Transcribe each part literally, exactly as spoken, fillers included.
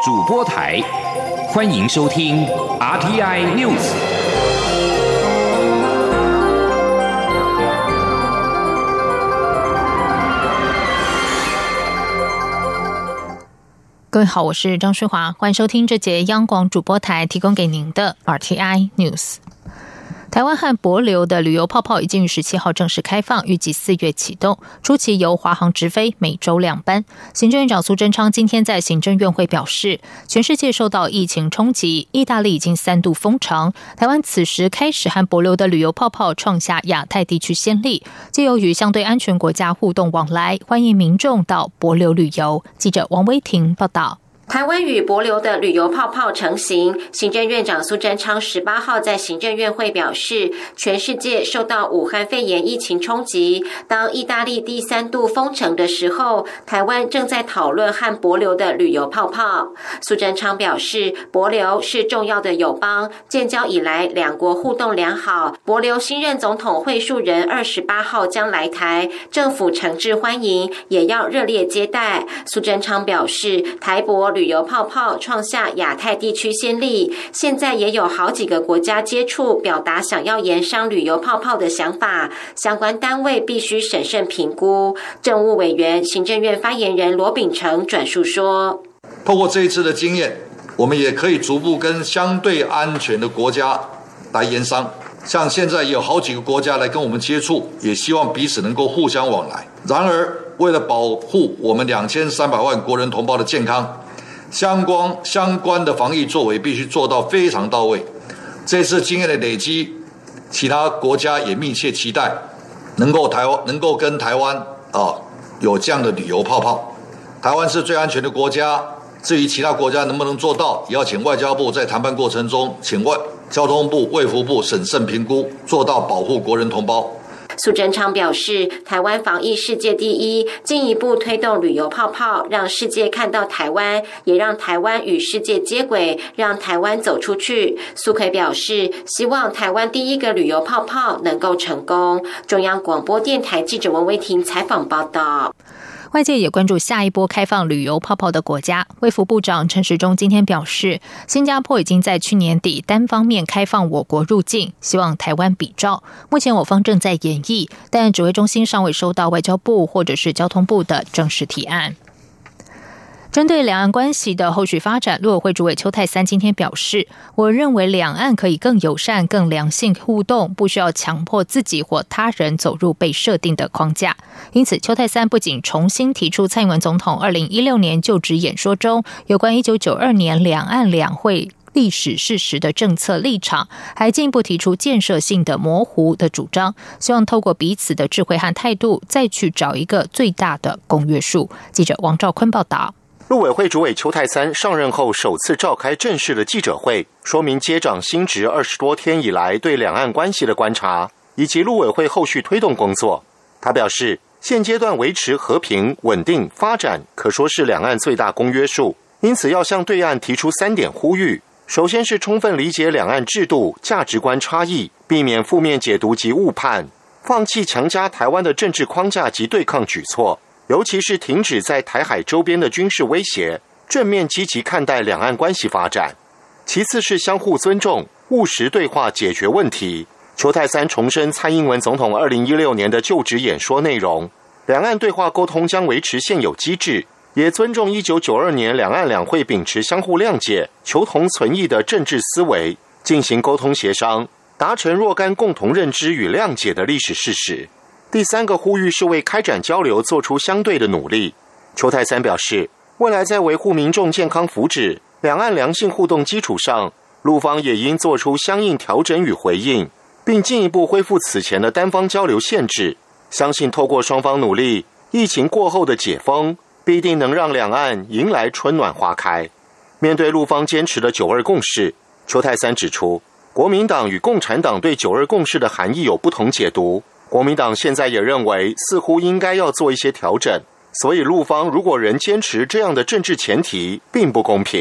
主播台，欢迎收听 R T I News。 各位好，我是张诗华，欢迎收听这节央广主播台提供给您的 R T I News。台湾和帛琉的旅游泡泡已经于十七号正式开放，预计四月启动。初期由华航直飞，每周两班。行政院长苏贞昌今天在行政院会表示，全世界受到疫情冲击，意大利已经三度封城，台湾此时开始和帛琉的旅游泡泡创下亚太地区先例，藉由与相对安全国家互动往来，欢迎民众到帛琉旅游。记者王威婷报道。 台湾与帛琉的旅游泡泡成型，行政院长苏贞昌十八号在行政院会表示，全世界受到武汉肺炎疫情冲击，当意大利第三度封城的时候，台湾正在讨论和帛琉的旅游泡泡。苏贞昌表示，帛琉是重要的友邦，建交以来两国互动良好，帛琉新任总统惠恕仁二十八号将来台，政府诚挚欢迎，也要热烈接待。苏贞昌表示，台帛旅游泡泡创下亚太地区先例，现在也有好几个国家接触，表达想要延商旅游泡泡的想法，相关单位必须审慎评估。政务委员、行政院发言人罗秉成转述说， 透过这一次的经验，我们也可以逐步跟相对安全的国家来延商，像现在也有好几个国家来跟我们接触，也希望彼此能够互相往来。然而，为了保护我们两千三百万国人同胞的健康，相关相关的防疫作为必须做到非常到位。这次经验的累积，其他国家也密切期待能够台湾能够跟台湾啊有这样的旅游泡泡。台湾是最安全的国家，至于其他国家能不能做到，也要请外交部在谈判过程中，请外交通部、卫福部审慎评估，做到保护国人同胞。 苏贞昌表示，台湾防疫世界第一，进一步推动旅游泡泡，让世界看到台湾，也让台湾与世界接轨，让台湾走出去。苏揆表示，希望台湾第一个旅游泡泡能够成功。中央广播电台记者文威婷采访报道。 外界也关注下一波开放旅游泡泡的国家。卫福部长陈时中今天表示，新加坡已经在去年底单方面开放我国入境，希望台湾比照。目前我方正在研议，但指挥中心尚未收到外交部或者是交通部的正式提案。针对两岸关系的后续发展，陆委会主委邱太三今天表示，我认为两岸可以更友善、更良性互动，不需要强迫自己或他人走入被设定的框架。因此，邱太三不仅重新提出蔡英文总统二零一六年就职演说中有关一九九二年两岸两会历史事实的政策立场，还进一步提出建设性的模糊的主张，希望透过彼此的智慧和态度，再去找一个最大的公约数。记者王兆坤报道。 陆委会主委邱太三上任后首次召开正式的记者会，说明接掌新职二十多天以来对两岸关系的观察，以及陆委会后续推动工作。他表示，现阶段维持和平、稳定、发展，可说是两岸最大公约数，因此要向对岸提出三点呼吁。首先是充分理解两岸制度、价值观差异，避免负面解读及误判，放弃强加台湾的政治框架及对抗举措，尤其是停止在台海周边的军事威胁，正面积极看待两岸关系发展。其次是相互尊重，务实对话解决问题。邱太三重申蔡英文总统二零一六年的就职演说内容，两岸对话沟通将维持现有机制，也尊重一九九二年两岸两会秉持相互谅解、求同存异的政治思维，进行沟通协商，达成若干共同认知与谅解的历史事实。第三个呼吁是为开展交流做出相对的努力。邱太三表示，未来在维护民众健康福祉、两岸良性互动基础上，陆方也应做出相应调整与回应，并进一步恢复此前的单方交流限制。相信透过双方努力，疫情过后的解封必定能让两岸迎来春暖花开。面对陆方坚持的九二共识，邱太三指出，国民党与共产党对九二共识的含义有不同解读，国民党现在也认为似乎应该要做一些调整，所以陆方如果仍坚持这样的政治前提，并不公平。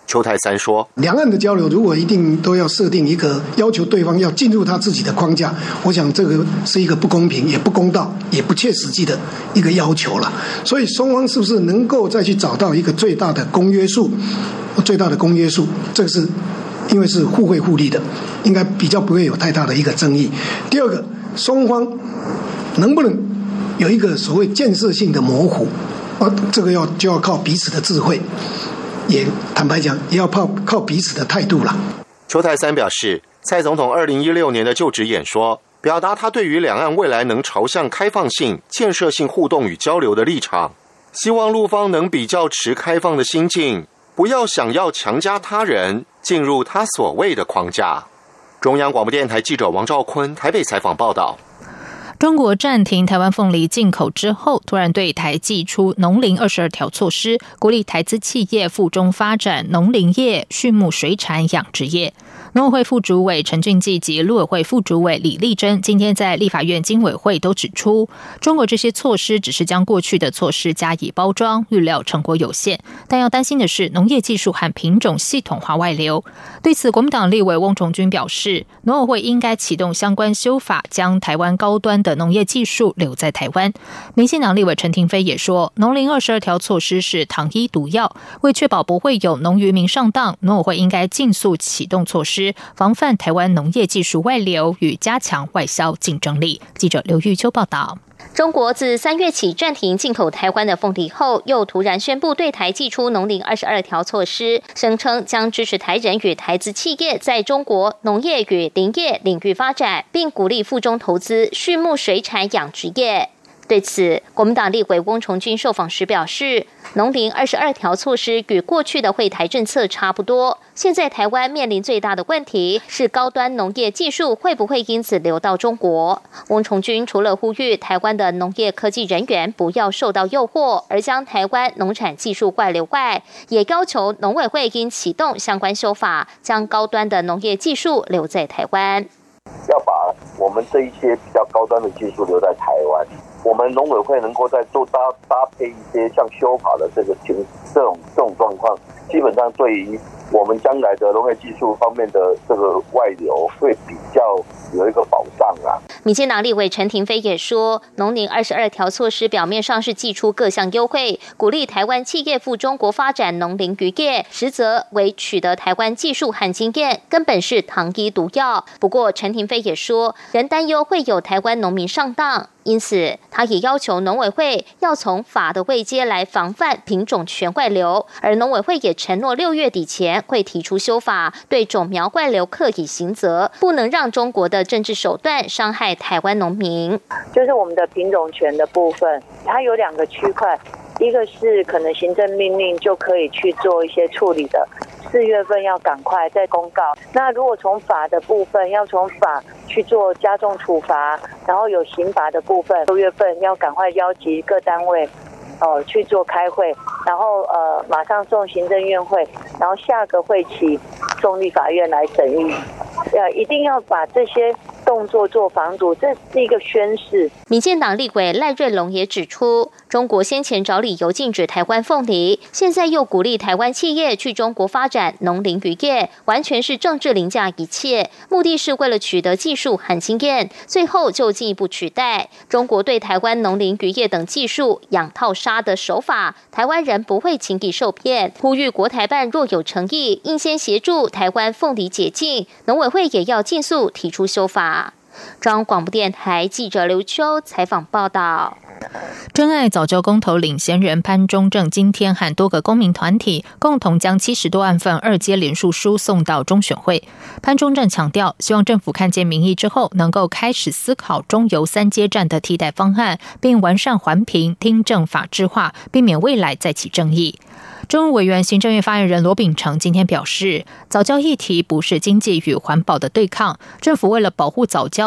邱泰三说， 两岸的交流如果一定都要设定一个要求对方要进入他自己的框架，我想这个是一个不公平也不公道也不切实际的一个要求了。所以双方是不是能够再去找到一个最大的公约数，最大的公约数，这个是因为是互惠互利的，应该比较不会有太大的一个争议。第二个，双方能不能有一个所谓建设性的模糊，啊，这个要就要靠彼此的智慧，也坦白讲，也要靠靠彼此的态度了。 邱泰三表示，蔡总统二零一六年的就职演说，表达他对于两岸未来能朝向开放性、建设性互动与交流的立场，希望陆方能比较持开放的心境，不要想要强加他人进入他所谓的框架。中央广播电台记者王兆坤台北采访报道。 中国暂停台湾凤梨进口之后，突然对台祭出农林二十二条措施，鼓励台资企业赴中发展农林业、畜牧水产养殖业。农委会副主委陈俊基及陆委会副主委李丽珍今天在立法院经委会都指出，中国这些措施只是将过去的措施加以包装，预料成果有限，但要担心的是农业技术和品种系统化外流。对此，国民党立委翁崇军表示，农委会应该启动相关修法，将台湾高端的农业技术留在台湾。民进党立委陈亭妃也说，农林二十二条措施是糖衣毒药，为确保不会有农渔民上当，农委会应该尽速启动措施，防范台湾农业技术外流与加强外销竞争力。记者刘玉秋报道。 中国自三月起暂停进口台湾的凤梨后，又突然宣布对台祭出农林二十二条措施，声称将支持台人与台资企业在中国农业与林业领域发展，并鼓励赴中投资畜牧水产养殖业。对此，国民党立委翁崇军受访时表示，农林二十二条措施与过去的惠台政策差不多，现在台湾面临最大的问题是高端农业技术会不会因此流到中国。翁崇军除了呼吁台湾的农业科技人员不要受到诱惑而将台湾农产技术外流外，也要求农委会应启动相关修法，将高端的农业技术留在台湾。 要把我们这一些比较高端的技术留在台湾，我们农委会能够在做搭搭配一些像修法的这个情这种这种状况，基本上对于我们将来的农业技术方面的这个外流会比较有一个保障啊。 民进党立委陈亭妃也说，农林二十二条措施表面上是祭出各项优惠，鼓励台湾企业赴中国发展农林渔业，实则为取得台湾技术和经验，根本是糖衣毒药。不过陈亭妃也说，仍担忧会有台湾农民上当，因此他也要求农委会要从法的位阶来防范品种全外流，而农委会也承诺六月底前会提出修法，对种苗外流课以刑责，不能让中国的政治手段伤害台湾农民。 就是我们的品种权的部分，它有两个区块，一个是可能行政命令就可以去做一些处理的，四月份要赶快再公告。那如果从法的部分，要从法去做加重处罚，然后有刑罚的部分，六月份要赶快邀集各单位哦去做开会，然后呃马上送行政院会，然后下个会期送立法院来审议。呃，一定要把这些动作做防堵，这是一个宣示。 民进党立委赖瑞隆也指出，中国先前找理由禁止台湾凤梨，现在又鼓励台湾企业去中国发展农林渔业，完全是政治凌驾一切，目的是为了取得技术和经验，最后就进一步取代中国对台湾农林渔业等技术养套杀的手法，台湾人不会轻易受骗。呼吁国台办若有诚意，应先协助台湾凤梨解禁，农委会也要尽速提出修法。中央广播电台记者刘秋采访报道。 真爱早教公投领衔人潘忠正今天和多个公民团体共同将七十多万份二阶联署书送到中选会。潘忠正强调，希望政府看见民意之后，能够开始思考中油三阶站的替代方案，并完善环评、听证法制化，避免未来再起争议。政务委员、行政院发言人罗秉成今天表示，早教议题不是经济与环保的对抗，政府为了保护早教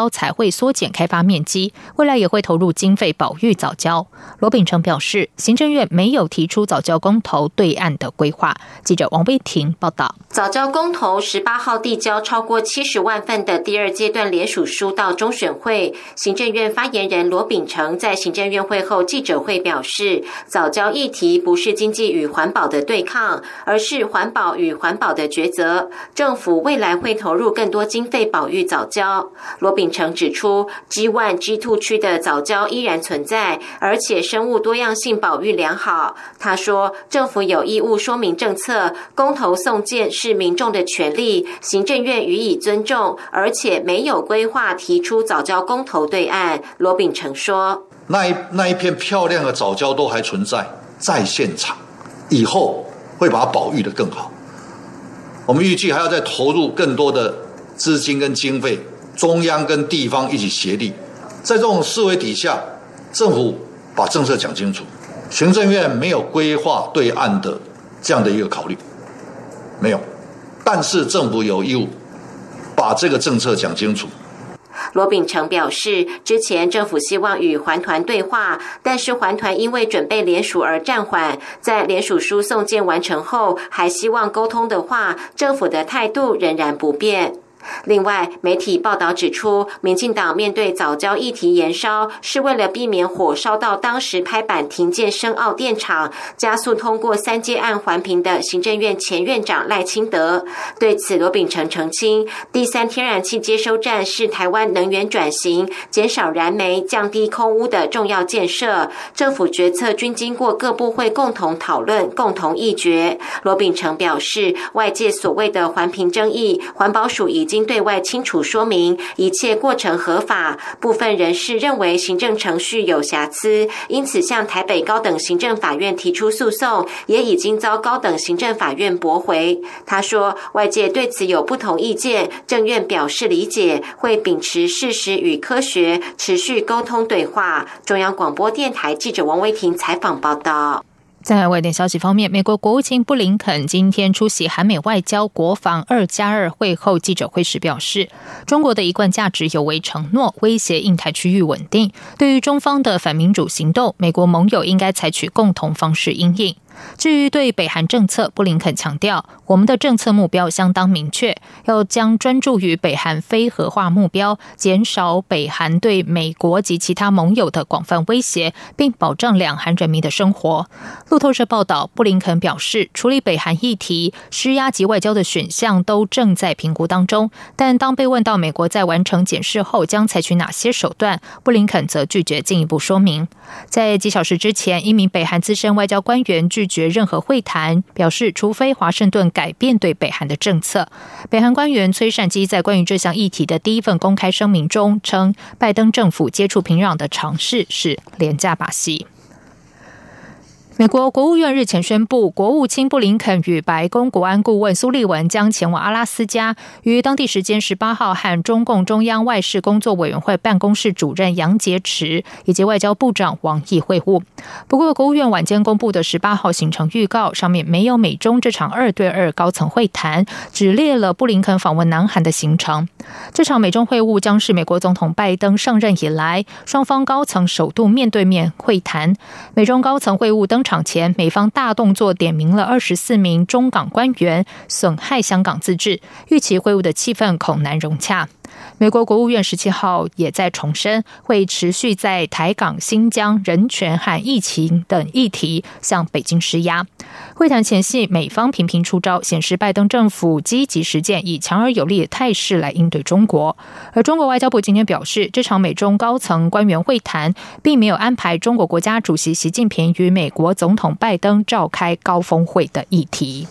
礁才会缩减开发面积，未来也会投入经费保育藻礁。罗秉成表示，行政院没有提出藻礁公投对岸的规划。记者王威婷报道。 藻礁公投十八号递交超过七十万份的第二阶段联署书到中选会，行政院发言人罗秉成在行政院会后记者会表示，藻礁议题不是经济与环保的对抗，而是环保与环保的抉择。政府未来会投入更多经费保育藻礁。罗秉成指出 G 一 G 二 区的藻礁依然存在，而且生物多样性保育良好。他说，政府有义务说明政策，公投送件是民众的权利，行政院予以尊重，而且没有规划提出藻礁公投对岸。罗秉成说， 那一那一片漂亮的藻礁都还存在，在现场，以后会把它保育得更好。我们预计还要再投入更多的资金跟经费，中央跟地方一起协力。在这种思维底下，政府把政策讲清楚，行政院没有规划对岸的这样的一个考虑，没有，但是政府有义务把这个政策讲清楚。 罗秉成表示，之前政府希望与环团对话，但是环团因为准备联署而暂缓，在联署书送件完成后，还希望沟通的话，政府的态度仍然不变。另外，媒体报道指出，民进党面对藻礁议题延烧，是为了避免火烧到当时拍板停建深澳电厂，加速通过三阶案环评的行政院前院长赖清德。对此，罗秉成澄清，第三天然气接收站是台湾能源转型、减少燃煤、降低空污的重要建设，政府决策均经过各部会共同讨论、共同议决。罗秉成表示，外界所谓的环评争议，环保署已经对外清楚说明，一切过程合法。部分人士认为行政程序有瑕疵，因此向台北高等行政法院提出诉讼，也已经遭高等行政法院驳回。他说，外界对此有不同意见，政院表示理解，会秉持事实与科学，持续沟通对话。中央广播电台记者王威婷采访报道。 在外电消息方面，美国国务卿布林肯今天出席韩美外交国防二加二会后记者会时表示，中国的一贯价值有违承诺，威胁印太区域稳定。对于中方的反民主行动，美国盟友应该采取共同方式因应。至于对北韩政策，布林肯强调，我们的政策目标相当明确，要将专注于北韩非核化目标，减少北韩对美国及其他盟友的广泛威胁，并保障两韩人民的生活。路透社报道，布林肯表示，处理北韩议题、施压及外交的选项都正在评估当中，但当被问到美国在完成检视后将采取哪些手段，布林肯则拒绝进一步说明。在几小时之前，一名北韩资深外交官员拒绝任何会谈，表示除非华盛顿改变对北韩的政策。北韩官员崔善基在关于这项议题的第一份公开声明中称，拜登政府接触平壤的尝试是廉价把戏。美国国务院日前宣布，国务卿布林肯与白宫国安顾问苏利文将前往阿拉斯加，于当地时间十八号和中共中央外事工作委员会办公室主任杨洁篪以及外交部长王毅会晤。不过，国务院晚间公布的十八号行程预告上面没有美中这场二对二高层会谈，只列了布林肯访问南韩的行程。这场美中会晤将是美国总统拜登上任以来，双方高层首度面对面会谈。美中高层会晤登场前，美方大动作点名了二十四名中港官员，损害香港自治，预期会晤的气氛恐难融洽。美国国务院十七号也在重申，会持续在台港、新疆、人权和疫情等议题向北京施压。会谈前夕，美方频频出招，显示拜登政府积极实践以强而有力的态势来应对中国。而中国外交部今天表示，这场美中高层官员会谈并没有安排中国国家主席习近平与美国总统拜登召开高峰会的议题。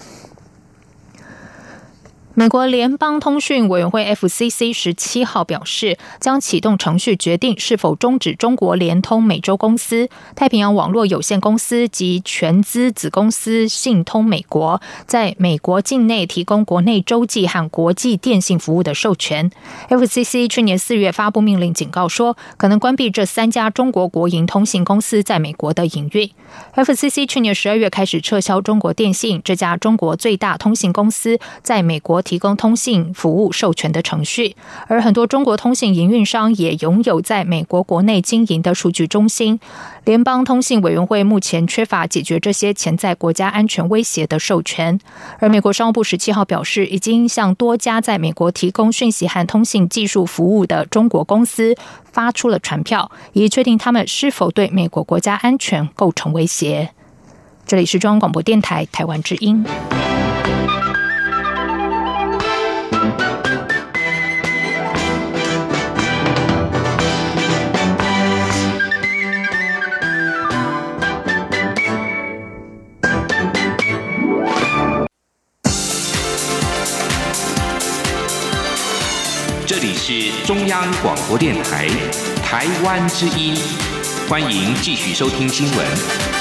美国联邦通讯委员会 F C C 十七号表示，将启动程序决定是否终止中国联通美洲公司、太平洋网络有限公司及全资子公司信通美国在美国境内提供国内洲际和国际电信服务的授权。F C C 去年四月发布命令，警告说可能关闭这三家中国国营通信公司在美国的营运。F C C 去年十二月开始撤销中国电信这家中国最大通信公司在美国国提供通信服务授权的程序，而很多中国通信营运商也拥有在美国国内经营的数据中心。联邦通信委员会目前缺乏解决这些潜在国家安全威胁的授权，而美国商务部十七号表示，已经向多家在美国提供讯息和通信技术服务的中国公司发出了传票，以确定他们是否对美国国家安全构成威胁。这里是中央广播电台台湾之音。 这里是中央广播电台台湾之音，欢迎继续收听新闻。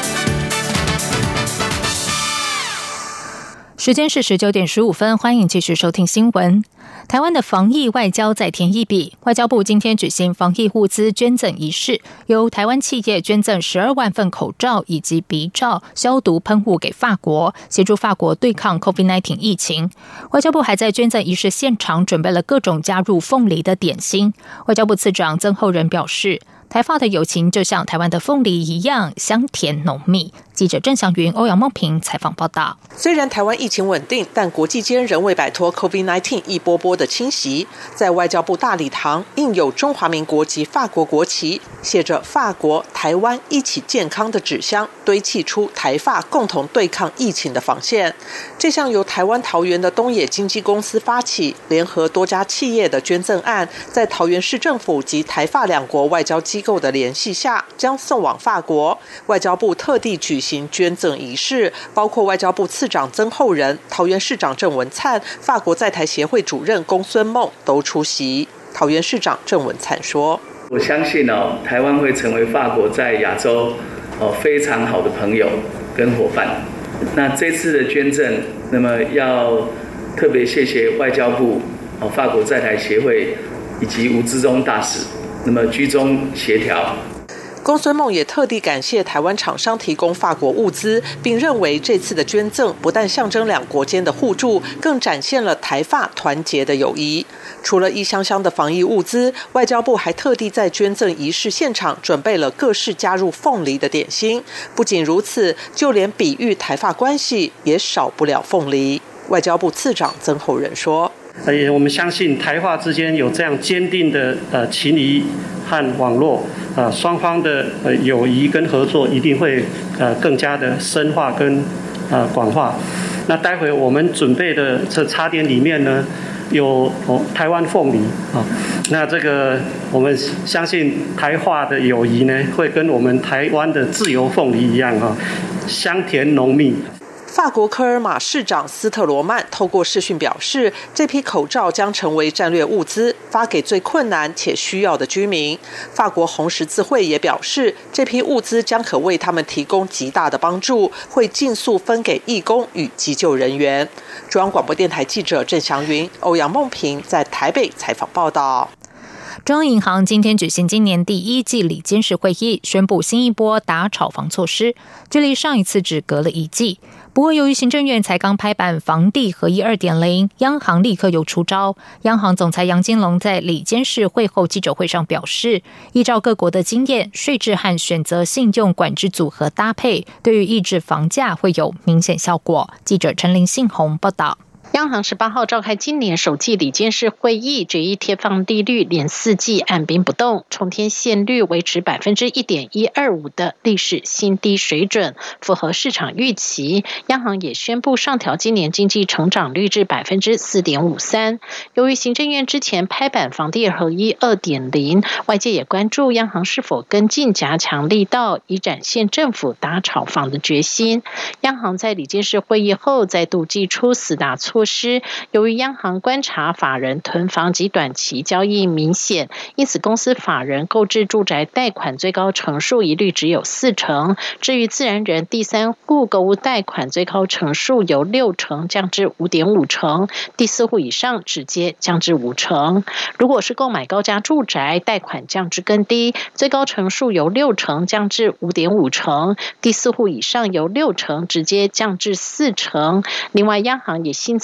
时间是十九点十五分，欢迎继续收听新闻。台湾的防疫外交再添一笔，外交部今天举行防疫物资捐赠仪式，由台湾企业捐赠十二万份口罩以及鼻罩、消毒喷雾给法国，协助法国对抗 COVID 十九 疫情。外交部还在捐赠仪式现场准备了各种加入凤梨的点心。外交部次长曾厚仁表示，台法的友情就像台湾的凤梨一样香甜浓密。记者郑祥云、欧阳梦平采访报道。 虽然台湾疫情稳定，但国际间仍未摆脱 COVID 十九 一波波的侵袭。在外交部大礼堂印有中华民国及法国国旗，写着法国、台湾一起健康的纸箱，堆砌出台法共同对抗疫情的防线。这项由台湾桃园的东野经纪公司发起，联合多家企业的捐赠案，在桃园市政府及台法两国外交机构的联系下，将送往法国。外交部特地举行捐赠仪式，包括外交部次长曾厚仁、桃园市长郑文灿、法国在台协会主任公孙梦都出席。桃园市长郑文灿说：“ 我相信哦，台湾会成为法国在亚洲哦非常好的朋友跟伙伴。那这次的捐赠，那么要特别谢谢外交部哦、法国在台协会以及吴志忠大使，那么居中协调。” 公孙梦也特地感谢台湾厂商提供法国物资，并认为这次的捐赠不但象征两国间的互助，更展现了台法团结的友谊。除了一箱箱的防疫物资，外交部还特地在捐赠仪式现场准备了各式加入凤梨的点心。不仅如此，就连比喻台法关系也少不了凤梨。外交部次长曾厚仁说：“ 我们相信台法之间有这样坚定的呃情谊和网络，呃双方的呃友谊跟合作一定会呃更加的深化跟呃广化。那待会我们准备的这茶点里面呢，有、哦、台湾凤梨啊、哦，那这个我们相信台法的友谊呢，会跟我们台湾的自由凤梨一样啊、哦，香甜浓密。” 法国科尔马市长斯特罗曼透过视讯表示，这批口罩将成为战略物资，发给最困难且需要的居民。法国红十字会也表示，这批物资将可为他们提供极大的帮助，会尽速分给义工与急救人员。中央广播电台记者郑祥云、欧阳梦平在台北采访报道。 中央银行今天举行今年第一季理监事会议，宣布新一波打炒房措施，距离上一次只隔了一季。不过，由于行政院才刚拍板房地合一 二点零， 央行立刻又出招。央行总裁杨金龙在理监事会后记者会上表示，依照各国的经验，税制和选择信用管制组合搭配，对于抑制房价会有明显效果。记者陈林信宏报道。 央行十八号召开今年首季理监事会议，决议贴放利率连四季按兵不动，冲天现率维持 百分之一点一二五 的历史新低水准，符合市场预期。央行也宣布上调今年经济成长率至 百分之四点五三。由于行政院之前拍板房地合一 二点零， 外界也关注央行是否跟进加强力道，以展现政府打炒房的决心。央行在理监事会议后再度祭出四大措施，由于央行观察法人囤房及短期交易明显，因此公司法人购置住宅贷款最高成数一律只有四成，至于自然人第三户购物贷款最高成数由六成降至 五点五成，第四户以上直接降至五成。如果是购买高价住宅，贷款降至更低，最高成数由六成降至 五点五成，第四户以上由六成直接降至四成。另外，央行也新增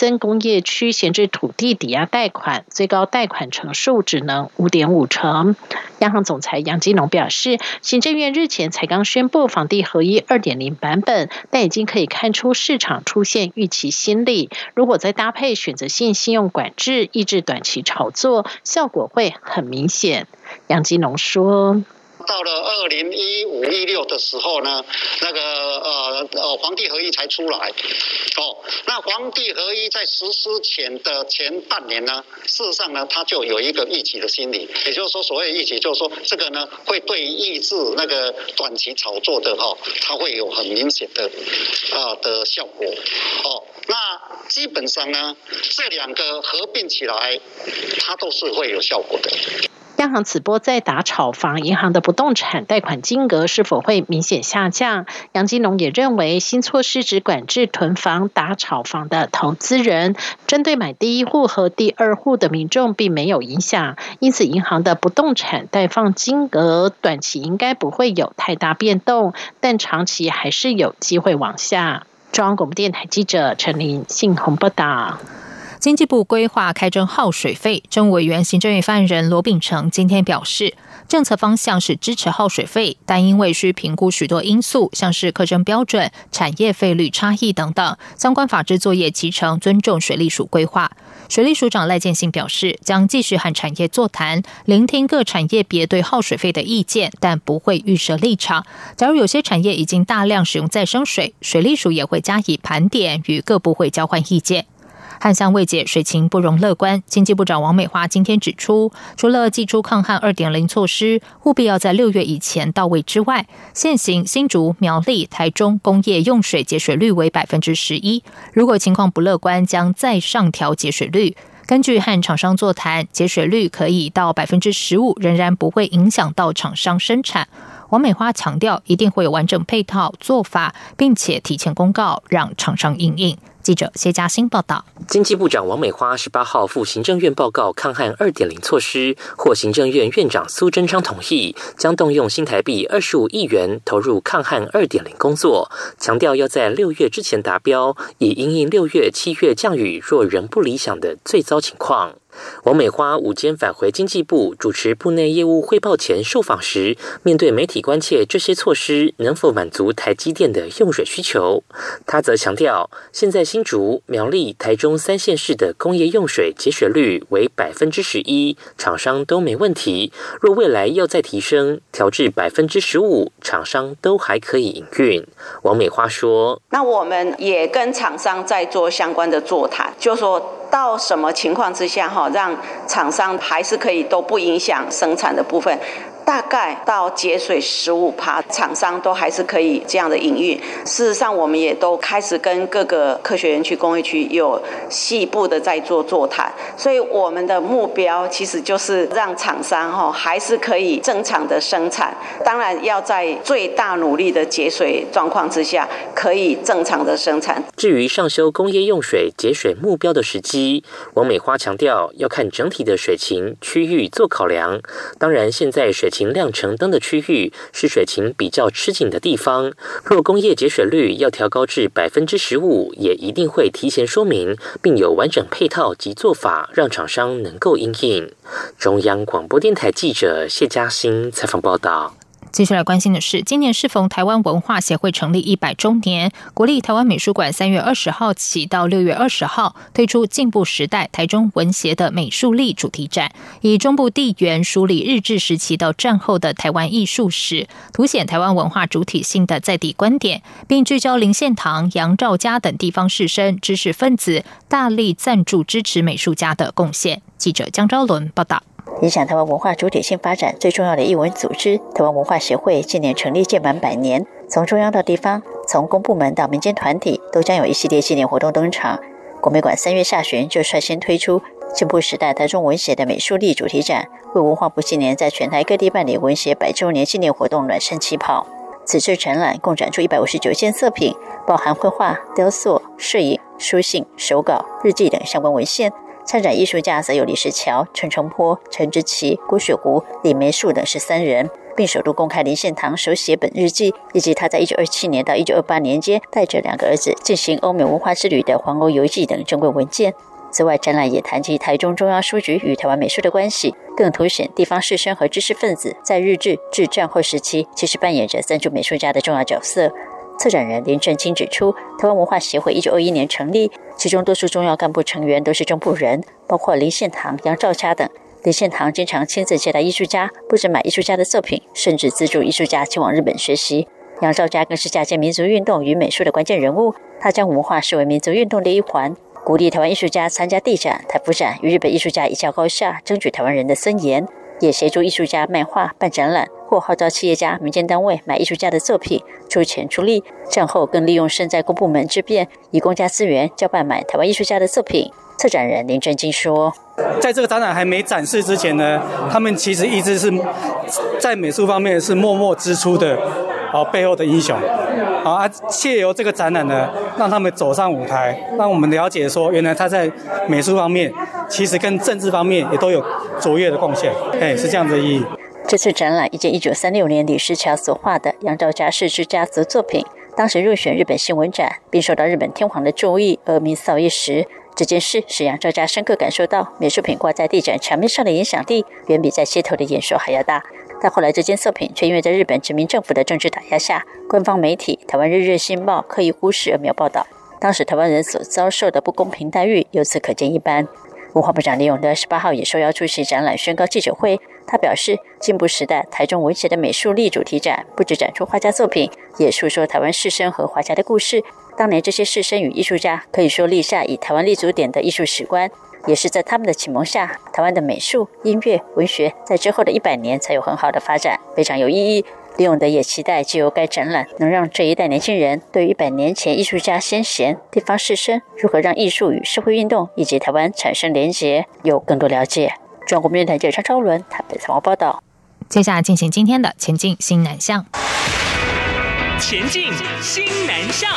森工业区闲置土地抵押贷款，最高贷款成数只能 五点五成。央行总裁杨金龙表示，行政院日前才刚宣布房地合一 二点零 版本，但已经可以看出市场出现预期心理，如果再搭配选择性信用管制，抑制短期炒作，效果会很明显。杨金龙说， 到了二零一五一六的时候呢，那个呃呃房地合一才出来，哦，那房地合一在实施前的前半年呢，事实上呢，它就有一个预期的心理，也就是说，所谓预期就是说，这个呢会对抑制那个短期炒作的哈、哦，它会有很明显的啊、呃、的效果，哦，那基本上呢，这两个合并起来，它都是会有效果的。 央行此波再打炒房，银行的不动产贷款金额是否会明显下降？杨金龙也认为，新措施只管制囤房、打炒房的投资人，针对买第一户和第二户的民众并没有影响，因此银行的不动产贷放金额短期应该不会有太大变动，但长期还是有机会往下。中央广播电台记者陈琳信鸿报道。 经济部规划开征耗水费，政务委员行政院发言人罗秉成今天表示，政策方向是支持耗水费，但因为需评估许多因素，像是课征标准、产业费率差异等等，相关法制作业期程尊重水利署规划。水利署长赖建兴表示，将继续和产业座谈，聆听各产业别对耗水费的意见，但不会预设立场。假如有些产业已经大量使用再生水，水利署也会加以盘点，与各部会交换意见。旱象未解，水情不容乐观。经济部长王美花今天指出，除了祭出抗旱 二点零 措施，务必要在六月以前到位之外，现行新竹、苗栗、台中工业用水节水率为 百分之十一， 如果情况不乐观，将再上调节水率。根据和厂商座谈，节水率可以到 百分之十五， 仍然不会影响到厂商生产。王美花强调，一定会有完整配套做法，并且提前公告，让厂商因应。记者谢嘉欣报道。 经济部长王美花十八号赴行政院报告抗旱 二点零 措施，获行政院院长苏贞昌同意，将动用新台币二十五亿元投入抗旱 二点零 工作，强调要在六月之前达标，以因应六月、七月降雨若仍不理想的最糟情况。王美花午间返回经济部主持部内业务汇报前受访时，面对媒体关切这些措施能否满足台积电的用水需求，他则强调，现在新竹、苗栗、台中三县市的工业用水节水率为 百分之十一， 厂商都没问题，若未来要再提升调至 百分之十五， 厂商都还可以营运。王美花说， 那我们也跟厂商在做相关的座谈，就说到什么情况之下让厂商还是可以都不影响生产的部分，大概到节水 百分之十五， 厂商都还是可以这样的营运。事实上我们也都开始跟各个科学园区、工业区有细部的在做座谈，所以我们的目标其实就是让厂商还是可以正常的生产，当然要在最大努力的节水状况之下可以正常的生产。 至于上修工业用水节水目标的时机，王美花强调要看整体的水情区域做考量，当然现在水情亮橙灯的区域是水情比较吃紧的地方，若工业节水率要调高至 百分之十五， 也一定会提前说明，并有完整配套及做法，让厂商能够因应。中央广播电台记者谢嘉欣采访报道。 接下来关心的是，今年适逢台湾文化协会成立一百周年，国立台湾美术馆三月二十号起到六月二十号推出进步时代台中文协的美术力主题展，以中部地缘梳理日治时期到战后的台湾艺术史，凸显台湾文化主体性的在地观点，并聚焦林献堂、杨兆嘉等地方士绅、知识分子大力赞助支持美术家的贡献。记者江昭伦报道。 影响台湾文化主体性发展最重要的艺文组织台湾文化协会今年成立届满百年，从中央到地方，从公部门到民间团体，都将有一系列纪念活动登场。国美馆三月下旬就率先推出进步时代台中文协的美术力主题展，为文化部今年在全台各地办理文协百周年纪念活动暖身起跑。此次展览共展出一百五十九件作品，包含绘画、雕塑、摄影、书信、手稿、日记等相关文献。参展艺术家则有李石桥、陈澄波、陈之奇、郭雪湖、李梅树等十三人， 并首度公开林献堂手写本日记，以及他在一九二七年到一九二八年间带着两个儿子进行欧美文化之旅的环欧游记等珍贵文件。此外，展览也谈及台中中央书局与台湾美术的关系，更凸显地方士绅和知识分子在日治至战后时期其实扮演着赞助美术家的重要角色。策展人林正清指出，台湾文化协会一九二一年成立，其中多数重要干部成员都是中部人，包括林献堂、杨肇嘉等。林献堂经常亲自接待艺术家，不止买艺术家的作品，甚至资助艺术家前往日本学习。杨肇嘉更是嫁接民族运动与美术的关键人物，他将文化视为民族运动的一环，鼓励台湾艺术家参加地展、台府展，与日本艺术家一较高下，争取台湾人的尊严，也协助艺术家卖画、办展览，或号召企业家、民间单位买艺术家的作品，出钱出力。战后更利用身在公部门之便，以公家资源交办买台湾艺术家的作品。策展人林正金说， 在这个展览还没展示之前呢，他们其实一直是在美术方面是默默支出的啊背后的英雄啊，借由这个展览呢，让他们走上舞台，让我们了解说，原来他在美术方面其实跟政治方面也都有卓越的贡献，哎，是这样的意义。 这次展览一件一九三六年李石桥所画的杨肇嘉氏之家族作品，当时入选日本新闻展，并受到日本天皇的注意而名噪一时。这件事使杨肇嘉深刻感受到美术品挂在地展墙面上的影响力远比在街头的演说还要大。但后来这件作品却因为在日本殖民政府的政治打压下，官方媒体台湾日日新报刻意忽视而没有报道，当时台湾人所遭受的不公平待遇由此可见一斑。文化部长李永德十八号也受邀出席展览宣告记者会，他表示，进步时代台中文协的美术力主题展不只展出画家作品，也述说台湾士绅和画家的故事。当年这些士绅与艺术家可以说立下以台湾立足点的艺术史观，也是在他们的启蒙下，台湾的美术、音乐、文学在之后的一百年才有很好的发展，非常有意义。李永德也期待藉由该展览能让这一代年轻人对于一百年前艺术家先贤、地方士绅如何让艺术与社会运动以及台湾产生连结有更多了解。中国电台记者张超伦台北采访报道。 接下来进行今天的前进新南向。 前进新南向。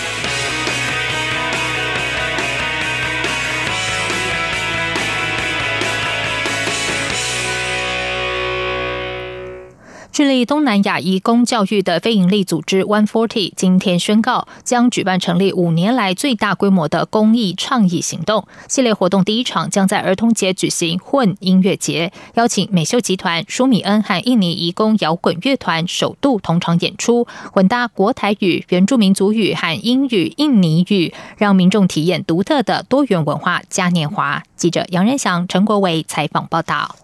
致力东南亚移工教育的非营利组织 一百四十今天宣告，将举办成立五年来最大规模的公益倡议行动。系列活动第一场将在儿童节举行混音乐节，邀请美秀集团、舒米恩和印尼移工摇滚乐团首度同场演出，混搭国台语、原住民族语和英语、印尼语，让民众体验独特的多元文化嘉年华。记者杨仁祥、陈国维采访报道。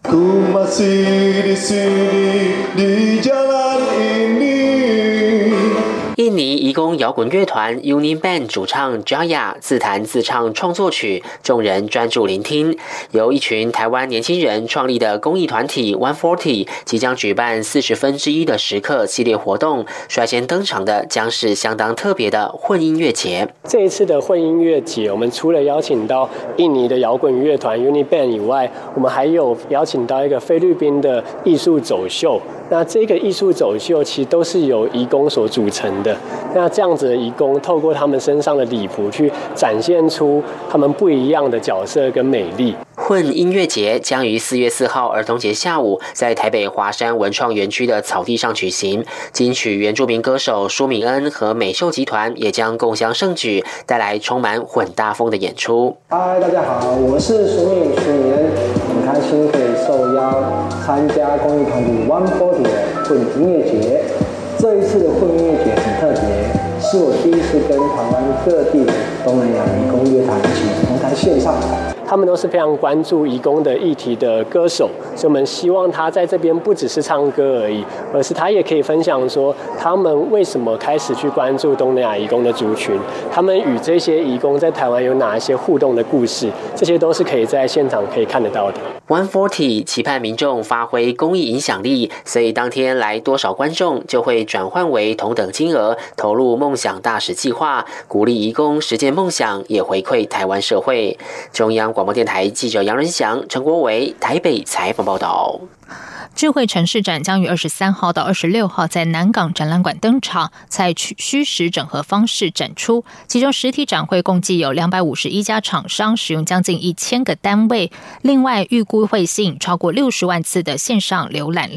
印尼移工摇滚乐团 Uni Band 主唱 Jaya 自弹自唱创作曲，众人专注聆听。由一群台湾年轻人创立的公益团体一百四十即将举办四十分之一的时刻系列活动，率先登场的将是相当特别的混音乐节。 这一次的混音乐节，我们除了邀请到印尼的摇滚乐团 Uni Band 以外，我们还有邀请到一个菲律宾的艺术走秀。那这个艺术走秀其实都是由移工所组成的。那这样子的移工透过他们身上的礼服去展现出他们不一样的角色跟美丽。 混音乐节将于四月四号儿童节下午在台北华山文创园区的草地上举行，金曲原住民歌手舒米恩和美秀集团也将共襄盛举，带来充满混搭风的演出。 嗨，大家好，我是舒米舒米恩，很开心可以受邀参加公益团体一百四十的混音乐节。这一次的混音乐节很特别，是我第一次跟台湾各地的东南亚移工乐团一起同台献唱。 他们都是非常关注移工的议题的歌手，所以我们希望他在这边不只是唱歌而已，而是他也可以分享说他们为什么开始去关注东南亚移工的族群，他们与这些移工在台湾有哪一些互动的故事，这些都是可以在现场可以看得到的。 一百四十期盼民众发挥公益影响力，所以当天来多少观众就会转换为同等金额投入梦想大使计划，鼓励移工实践梦想，也回馈台湾社会。中央广播电台记者杨仁祥、陈国维台北采访报道。 智慧城市展将于二十三号到二十六号在南港展览馆登场，采取虚实整合方式展出。其中实体展会共计有两百五十一家厂商，使用将近一千个单位。另外，预估会吸引超过六十万次的线上浏览量。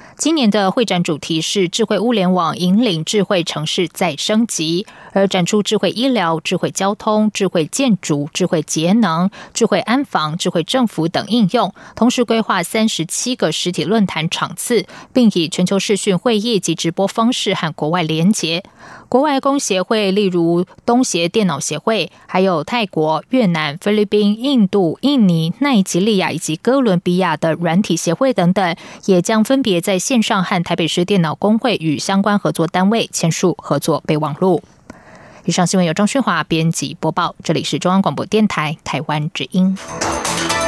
今年的会展主题是智慧物联网引领智慧城市再升级，而展出智慧医疗、智慧交通、智慧建筑、智慧节能、智慧安防、智慧政府等应用，同时规划三十七个实体论坛场次，并以全球视讯会议及直播方式和国外连结。国外工协会，例如东协电脑协会，还有泰国、越南、菲律宾、印度、印尼、奈及利亚以及哥伦比亚的软体协会等等，也将分别在线上和台北市电脑工会与相关合作单位签署合作备忘录。以上新闻由张勋华编辑播报，这里是中央广播电台台湾之音。